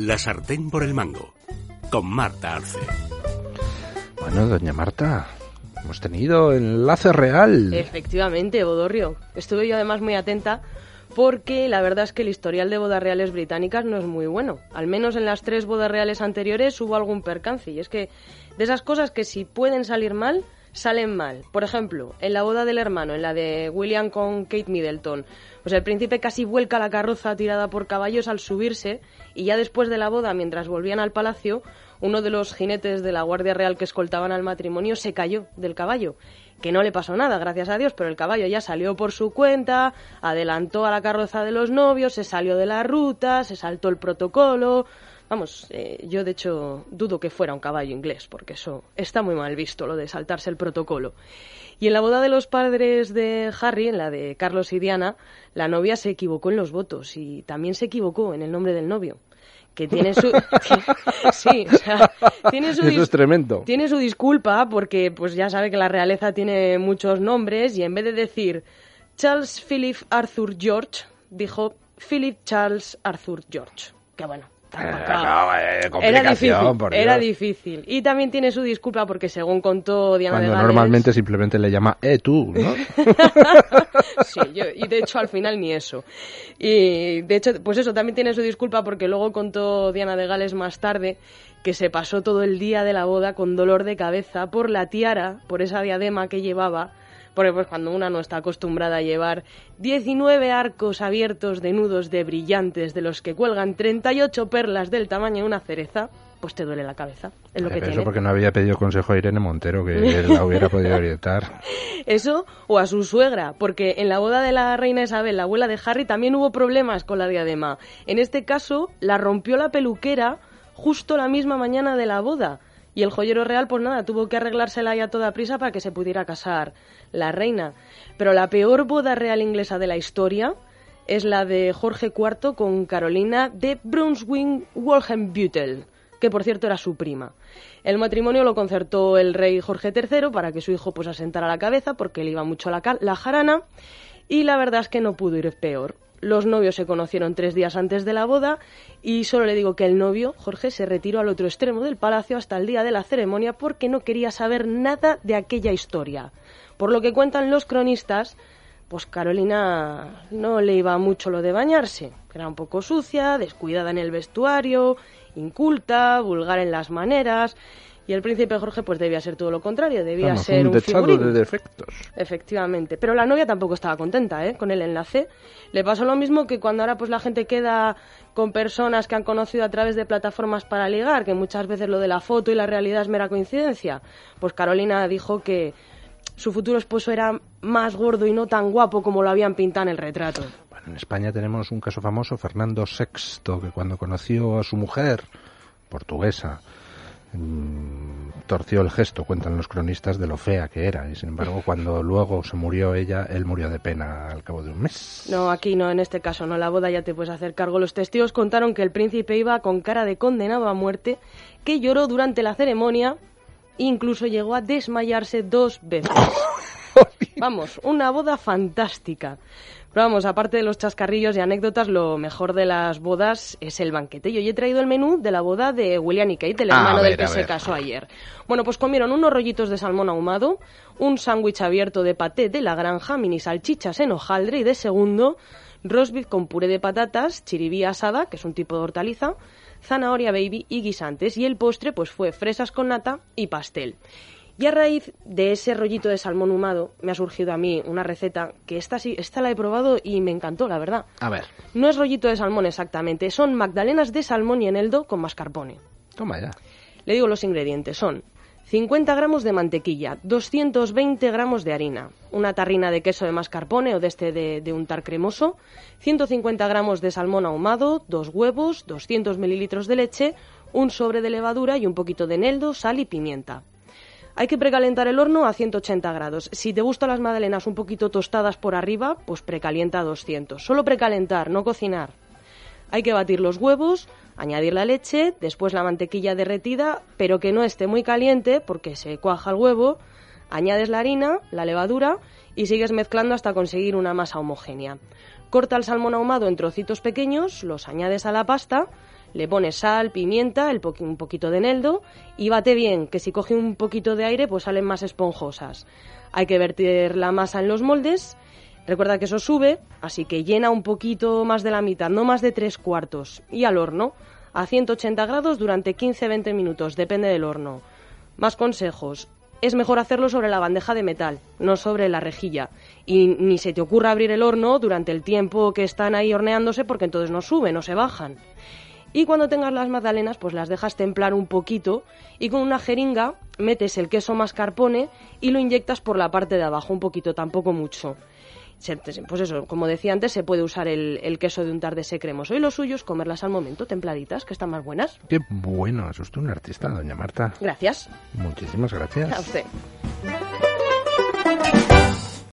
La sartén por el mango, con Marta Arce. Bueno, doña Marta, hemos tenido enlace real. Efectivamente, Bodorrio. Estuve yo además muy atenta porque la verdad es que el historial de bodas reales británicas no es muy bueno. Al menos en las 3 bodas reales anteriores hubo algún percance. Y es que de esas cosas que si pueden salir mal, salen mal. Por ejemplo, en la boda del hermano, en la de William con Kate Middleton, pues el príncipe casi vuelca la carroza tirada por caballos al subirse, y ya después de la boda, mientras volvían al palacio, uno de los jinetes de la Guardia Real que escoltaban al matrimonio se cayó del caballo. Que no le pasó nada, gracias a Dios, pero el caballo ya salió por su cuenta, adelantó a la carroza de los novios, se salió de la ruta, se saltó el protocolo. Vamos, yo de hecho dudo que fuera un caballo inglés, porque eso está muy mal visto, lo de saltarse el protocolo. Y en la boda de los padres de Harry, en la de Carlos y Diana, la novia se equivocó en los votos y también se equivocó en el nombre del novio. Que tiene su... sí, o sea, tiene su... Eso es tremendo. Tiene su disculpa porque pues ya sabe que la realeza tiene muchos nombres y en vez de decir Charles Philip Arthur George, dijo Philip Charles Arthur George. Que bueno... Era difícil. Y también tiene su disculpa porque según contó Diana de Gales... Cuando normalmente simplemente le llama tú, ¿no? Sí, y de hecho al final ni eso. Y de hecho, pues eso, también tiene su disculpa porque luego contó Diana de Gales más tarde que se pasó todo el día de la boda con dolor de cabeza por la tiara, por esa diadema que llevaba. Porque pues cuando una no está acostumbrada a llevar 19 arcos abiertos de nudos de brillantes de los que cuelgan 38 perlas del tamaño de una cereza, pues te duele la cabeza. Es lo que tiene. Eso porque no había pedido consejo a Irene Montero, que él la hubiera podido orientar. Eso o a su suegra, porque en la boda de la reina Isabel, la abuela de Harry, también hubo problemas con la diadema. En este caso, la rompió la peluquera justo la misma mañana de la boda. Y el joyero real, pues nada, tuvo que arreglársela ya a toda prisa para que se pudiera casar la reina. Pero la peor boda real inglesa de la historia es la de Jorge IV con Carolina de Brunswick-Wolfenbüttel, que por cierto era su prima. El matrimonio lo concertó el rey Jorge III para que su hijo pues asentara la cabeza, porque le iba mucho la jarana, y la verdad es que no pudo ir peor. Los novios se conocieron 3 días antes de la boda y solo le digo que el novio, Jorge, se retiró al otro extremo del palacio hasta el día de la ceremonia porque no quería saber nada de aquella historia. Por lo que cuentan los cronistas, pues Carolina no le iba mucho lo de bañarse. Era un poco sucia, descuidada en el vestuario, inculta, vulgar en las maneras... Y el príncipe Jorge pues debía ser todo lo contrario, debía ser un figurín. De defectos. Efectivamente. Pero la novia tampoco estaba contenta, con el enlace. Le pasó lo mismo que cuando ahora pues la gente queda con personas que han conocido a través de plataformas para ligar, que muchas veces lo de la foto y la realidad es mera coincidencia. Pues Carolina dijo que su futuro esposo era más gordo y no tan guapo como lo habían pintado en el retrato. Bueno, en España tenemos un caso famoso, Fernando VI, que cuando conoció a su mujer, portuguesa, torció el gesto, cuentan los cronistas, de lo fea que era, y sin embargo cuando luego se murió ella, él murió de pena al cabo de un mes. No, aquí no, en este caso no, la boda ya te puedes hacer cargo. Los testigos contaron que el príncipe iba con cara de condenado a muerte, que lloró durante la ceremonia, incluso llegó a desmayarse 2 veces. Vamos, una boda fantástica. Pero vamos, aparte de los chascarrillos y anécdotas, lo mejor de las bodas es el banquete. Yo he traído el menú de la boda de William y Kate, el hermano del que se casó ayer. Bueno, pues comieron unos rollitos de salmón ahumado, un sándwich abierto de paté de la granja, mini salchichas en hojaldre y de segundo, roast beef con puré de patatas, chiribí asada, que es un tipo de hortaliza, zanahoria baby y guisantes. Y el postre pues fue fresas con nata y pastel. Y a raíz de ese rollito de salmón ahumado me ha surgido a mí una receta que esta la he probado y me encantó, la verdad. A ver. No es rollito de salmón exactamente, son magdalenas de salmón y eneldo con mascarpone. Toma ya. Le digo los ingredientes, son 50 gramos de mantequilla, 220 gramos de harina, una tarrina de queso de mascarpone o de untar cremoso, 150 gramos de salmón ahumado, 2 huevos, 200 mililitros de leche, un sobre de levadura y un poquito de eneldo, sal y pimienta. Hay que precalentar el horno a 180 grados. Si te gustan las magdalenas un poquito tostadas por arriba, pues precalienta a 200. Solo precalentar, no cocinar. Hay que batir los huevos, añadir la leche, después la mantequilla derretida, pero que no esté muy caliente porque se cuaja el huevo. Añades la harina, la levadura y sigues mezclando hasta conseguir una masa homogénea. Corta el salmón ahumado en trocitos pequeños, los añades a la pasta, Le pones sal, pimienta, un poquito de eneldo y bate bien, que si coge un poquito de aire pues salen más esponjosas. Hay que verter la masa en los moldes. Recuerda que eso sube, así que llena un poquito más de la mitad, no más de 3/4. Y al horno, a 180 grados durante 15-20 minutos, depende del horno. Más consejos. Es mejor hacerlo sobre la bandeja de metal, no sobre la rejilla. Y ni se te ocurra abrir el horno durante el tiempo que están ahí horneándose, porque entonces no suben, no se bajan. Y cuando tengas las magdalenas, pues las dejas templar un poquito y con una jeringa metes el queso mascarpone y lo inyectas por la parte de abajo, un poquito, tampoco mucho. Pues eso, como decía antes, se puede usar el queso de untar de ese cremoso. Y lo suyo es comerlas al momento, templaditas, que están más buenas. Qué bueno, es usted un artista, doña Marta. Gracias. Muchísimas gracias. A usted.